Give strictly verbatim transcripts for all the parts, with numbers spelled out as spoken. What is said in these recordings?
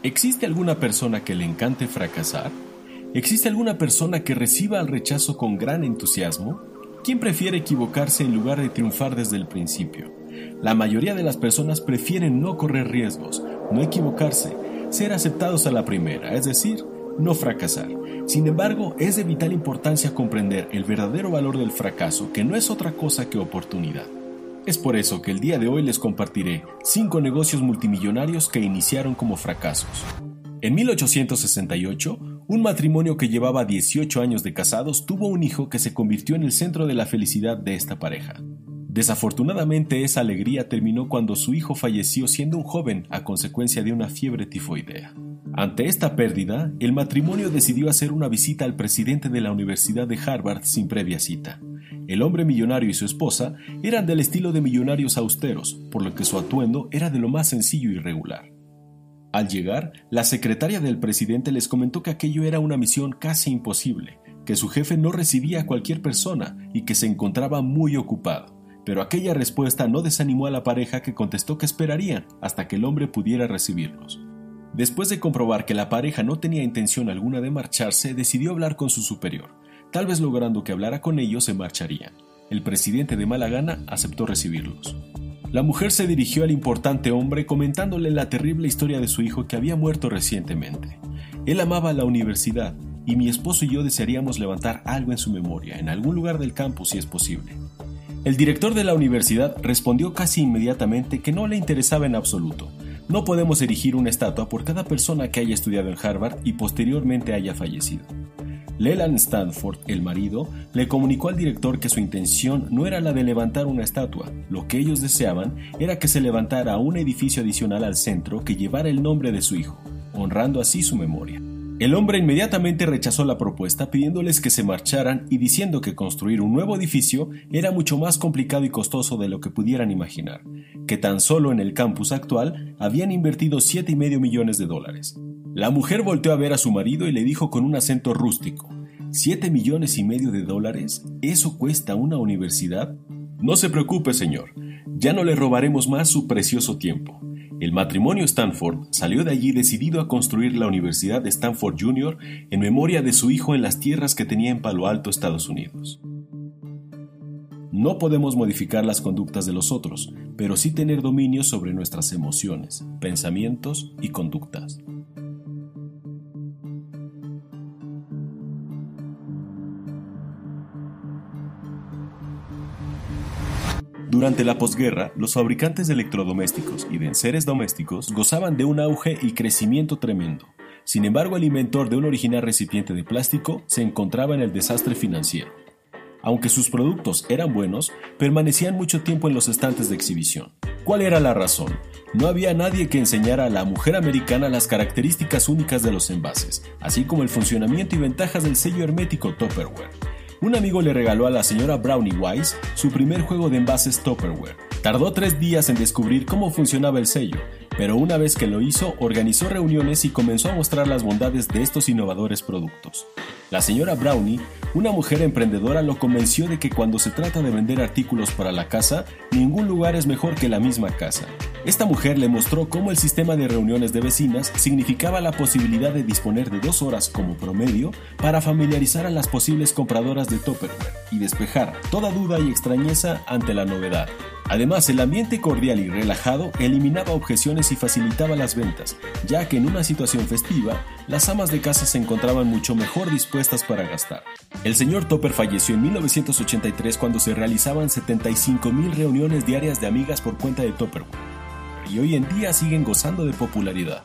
¿Existe alguna persona que le encante fracasar? ¿Existe alguna persona que reciba el rechazo con gran entusiasmo? ¿Quién prefiere equivocarse en lugar de triunfar desde el principio? La mayoría de las personas prefieren no correr riesgos, no equivocarse, ser aceptados a la primera, es decir, no fracasar. Sin embargo, es de vital importancia comprender el verdadero valor del fracaso, que no es otra cosa que oportunidad. Es por eso que el día de hoy les compartiré cinco negocios multimillonarios que iniciaron como fracasos. En mil ochocientos sesenta y ocho, un matrimonio que llevaba dieciocho años de casados tuvo un hijo que se convirtió en el centro de la felicidad de esta pareja. Desafortunadamente, esa alegría terminó cuando su hijo falleció siendo un joven a consecuencia de una fiebre tifoidea. Ante esta pérdida, el matrimonio decidió hacer una visita al presidente de la Universidad de Harvard sin previa cita. El hombre millonario y su esposa eran del estilo de millonarios austeros, por lo que su atuendo era de lo más sencillo y regular. Al llegar, la secretaria del presidente les comentó que aquello era una misión casi imposible, que su jefe no recibía a cualquier persona y que se encontraba muy ocupado. Pero aquella respuesta no desanimó a la pareja, que contestó que esperarían hasta que el hombre pudiera recibirlos. Después de comprobar que la pareja no tenía intención alguna de marcharse, decidió hablar con su superior. Tal vez logrando que hablara con ellos se marcharían. El presidente de mala gana aceptó recibirlos. La mujer se dirigió al importante hombre comentándole la terrible historia de su hijo que había muerto recientemente. Él amaba la universidad y mi esposo y yo desearíamos levantar algo en su memoria, en algún lugar del campus si es posible. El director de la universidad respondió casi inmediatamente que no le interesaba en absoluto. No podemos erigir una estatua por cada persona que haya estudiado en Harvard y posteriormente haya fallecido. Leland Stanford, el marido, le comunicó al director que su intención no era la de levantar una estatua. Lo que ellos deseaban era que se levantara un edificio adicional al centro que llevara el nombre de su hijo, honrando así su memoria. El hombre inmediatamente rechazó la propuesta, pidiéndoles que se marcharan y diciendo que construir un nuevo edificio era mucho más complicado y costoso de lo que pudieran imaginar, que tan solo en el campus actual habían invertido siete y medio millones de dólares. La mujer volteó a ver a su marido y le dijo con un acento rústico: ¿Siete millones y medio de dólares? ¿Eso cuesta una universidad? No se preocupe, señor, ya no le robaremos más su precioso tiempo. El matrimonio Stanford salió de allí decidido a construir la Universidad de Stanford junior en memoria de su hijo en las tierras que tenía en Palo Alto, Estados Unidos. No podemos modificar las conductas de los otros, pero sí tener dominio sobre nuestras emociones, pensamientos y conductas. Durante la posguerra, los fabricantes de electrodomésticos y de enseres domésticos gozaban de un auge y crecimiento tremendo. Sin embargo, el inventor de un original recipiente de plástico se encontraba en el desastre financiero. Aunque sus productos eran buenos, permanecían mucho tiempo en los estantes de exhibición. ¿Cuál era la razón? No había nadie que enseñara a la mujer americana las características únicas de los envases, así como el funcionamiento y ventajas del sello hermético Tupperware. Un amigo le regaló a la señora Brownie Wise su primer juego de envases Tupperware. Tardó tres días en descubrir cómo funcionaba el sello, pero una vez que lo hizo, organizó reuniones y comenzó a mostrar las bondades de estos innovadores productos. La señora Brownie, una mujer emprendedora, lo convenció de que cuando se trata de vender artículos para la casa, ningún lugar es mejor que la misma casa. Esta mujer le mostró cómo el sistema de reuniones de vecinas significaba la posibilidad de disponer de dos horas como promedio para familiarizar a las posibles compradoras de Tupperware y despejar toda duda y extrañeza ante la novedad. Además, el ambiente cordial y relajado eliminaba objeciones y facilitaba las ventas, ya que en una situación festiva, las amas de casa se encontraban mucho mejor dispuestas para gastar. El señor Tupper falleció en mil novecientos ochenta y tres cuando se realizaban setenta y cinco mil reuniones diarias de amigas por cuenta de Tupperware, y hoy en día siguen gozando de popularidad.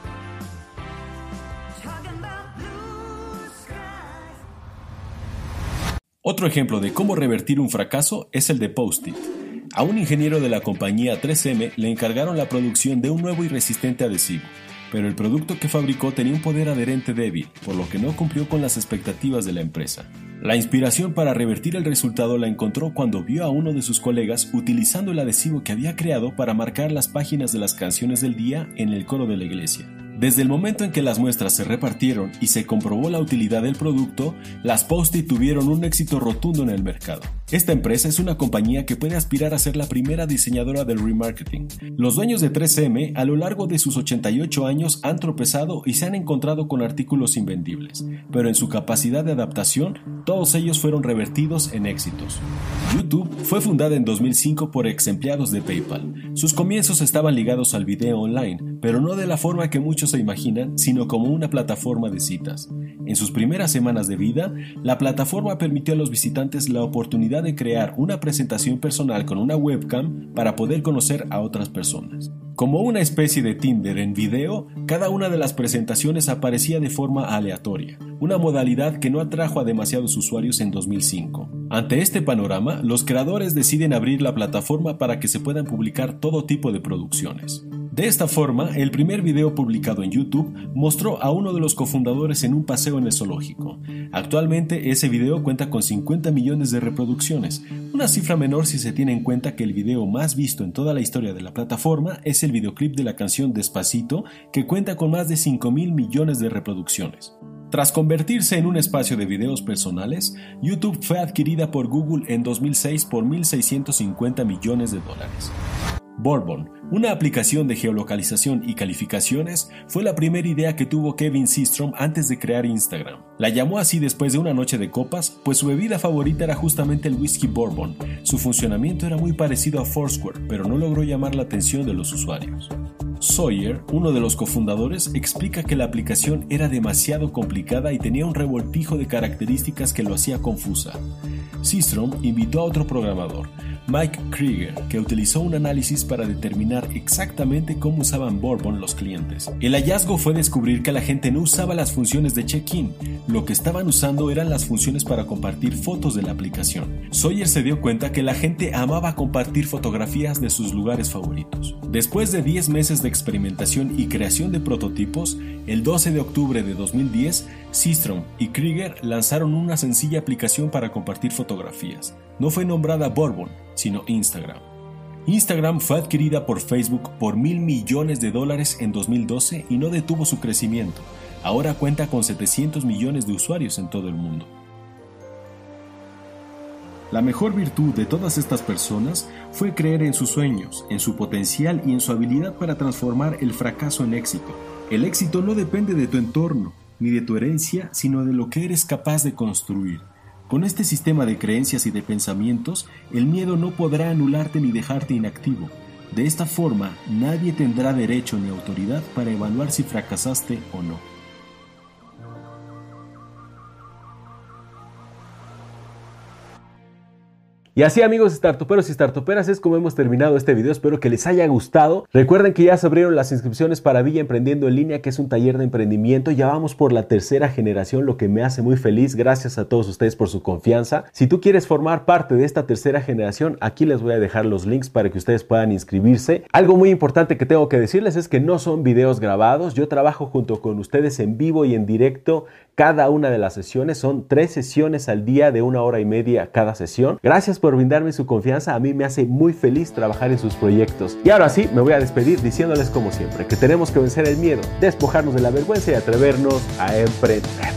Otro ejemplo de cómo revertir un fracaso es el de Post-it. A un ingeniero de la compañía tres eme le encargaron la producción de un nuevo y resistente adhesivo, pero el producto que fabricó tenía un poder adherente débil, por lo que no cumplió con las expectativas de la empresa. La inspiración para revertir el resultado la encontró cuando vio a uno de sus colegas utilizando el adhesivo que había creado para marcar las páginas de las canciones del día en el coro de la iglesia. Desde el momento en que las muestras se repartieron y se comprobó la utilidad del producto, las Post-it tuvieron un éxito rotundo en el mercado. Esta empresa es una compañía que puede aspirar a ser la primera diseñadora del remarketing. Los dueños de tres eme a lo largo de sus ochenta y ocho años han tropezado y se han encontrado con artículos invendibles, pero en su capacidad de adaptación, todos ellos fueron revertidos en éxitos. YouTube fue fundada en dos mil cinco por ex empleados de PayPal. Sus comienzos estaban ligados al video online, pero no de la forma que muchos se imaginan, sino como una plataforma de citas. En sus primeras semanas de vida, la plataforma permitió a los visitantes la oportunidad de crear una presentación personal con una webcam para poder conocer a otras personas. Como una especie de Tinder en video, cada una de las presentaciones aparecía de forma aleatoria, una modalidad que no atrajo a demasiados usuarios en dos mil cinco. Ante este panorama, los creadores deciden abrir la plataforma para que se puedan publicar todo tipo de producciones. De esta forma, el primer video publicado en YouTube mostró a uno de los cofundadores en un paseo en el zoológico. Actualmente ese video cuenta con cincuenta millones de reproducciones, una cifra menor si se tiene en cuenta que el video más visto en toda la historia de la plataforma es el videoclip de la canción Despacito, que cuenta con más de cinco mil millones de reproducciones. Tras convertirse en un espacio de videos personales, YouTube fue adquirida por Google en dos mil seis por mil seiscientos cincuenta millones de dólares. Bourbon, una aplicación de geolocalización y calificaciones, fue la primera idea que tuvo Kevin Systrom antes de crear Instagram. La llamó así después de una noche de copas, pues su bebida favorita era justamente el whisky Bourbon. Su funcionamiento era muy parecido a Foursquare, pero no logró llamar la atención de los usuarios. Sawyer, uno de los cofundadores, explica que la aplicación era demasiado complicada y tenía un revoltijo de características que lo hacía confusa. Systrom invitó a otro programador, Mike Krieger, que utilizó un análisis para determinar exactamente cómo usaban Bourbon los clientes. El hallazgo fue descubrir que la gente no usaba las funciones de check-in, lo que estaban usando eran las funciones para compartir fotos de la aplicación. Sawyer se dio cuenta que la gente amaba compartir fotografías de sus lugares favoritos. Después de diez meses de experimentación y creación de prototipos, el doce de octubre de dos mil diez, Systrom y Krieger lanzaron una sencilla aplicación para compartir fotografías. No fue nombrada Bourbon, sino Instagram. Instagram fue adquirida por Facebook por mil millones de dólares en dos mil doce y no detuvo su crecimiento. Ahora cuenta con setecientos millones de usuarios en todo el mundo. La mejor virtud de todas estas personas fue creer en sus sueños, en su potencial y en su habilidad para transformar el fracaso en éxito. El éxito no depende de tu entorno, ni de tu herencia, sino de lo que eres capaz de construir. Con este sistema de creencias y de pensamientos, el miedo no podrá anularte ni dejarte inactivo. De esta forma, nadie tendrá derecho ni autoridad para evaluar si fracasaste o no. Y así, amigos startuperos y startuperas, es como hemos terminado este video. Espero que les haya gustado. Recuerden que ya se abrieron las inscripciones para Villa Emprendiendo en Línea, que es un taller de emprendimiento. Ya vamos por la tercera generación, lo que me hace muy feliz. Gracias a todos ustedes por su confianza. Si tú quieres formar parte de esta tercera generación, aquí les voy a dejar los links para que ustedes puedan inscribirse. Algo muy importante que tengo que decirles es que no son videos grabados. Yo trabajo junto con ustedes en vivo y en directo. Cada una de las sesiones son tres sesiones al día de una hora y media cada sesión. Gracias por brindarme su confianza. A mí me hace muy feliz trabajar en sus proyectos. Y ahora sí, me voy a despedir diciéndoles como siempre que tenemos que vencer el miedo, despojarnos de la vergüenza y atrevernos a emprender.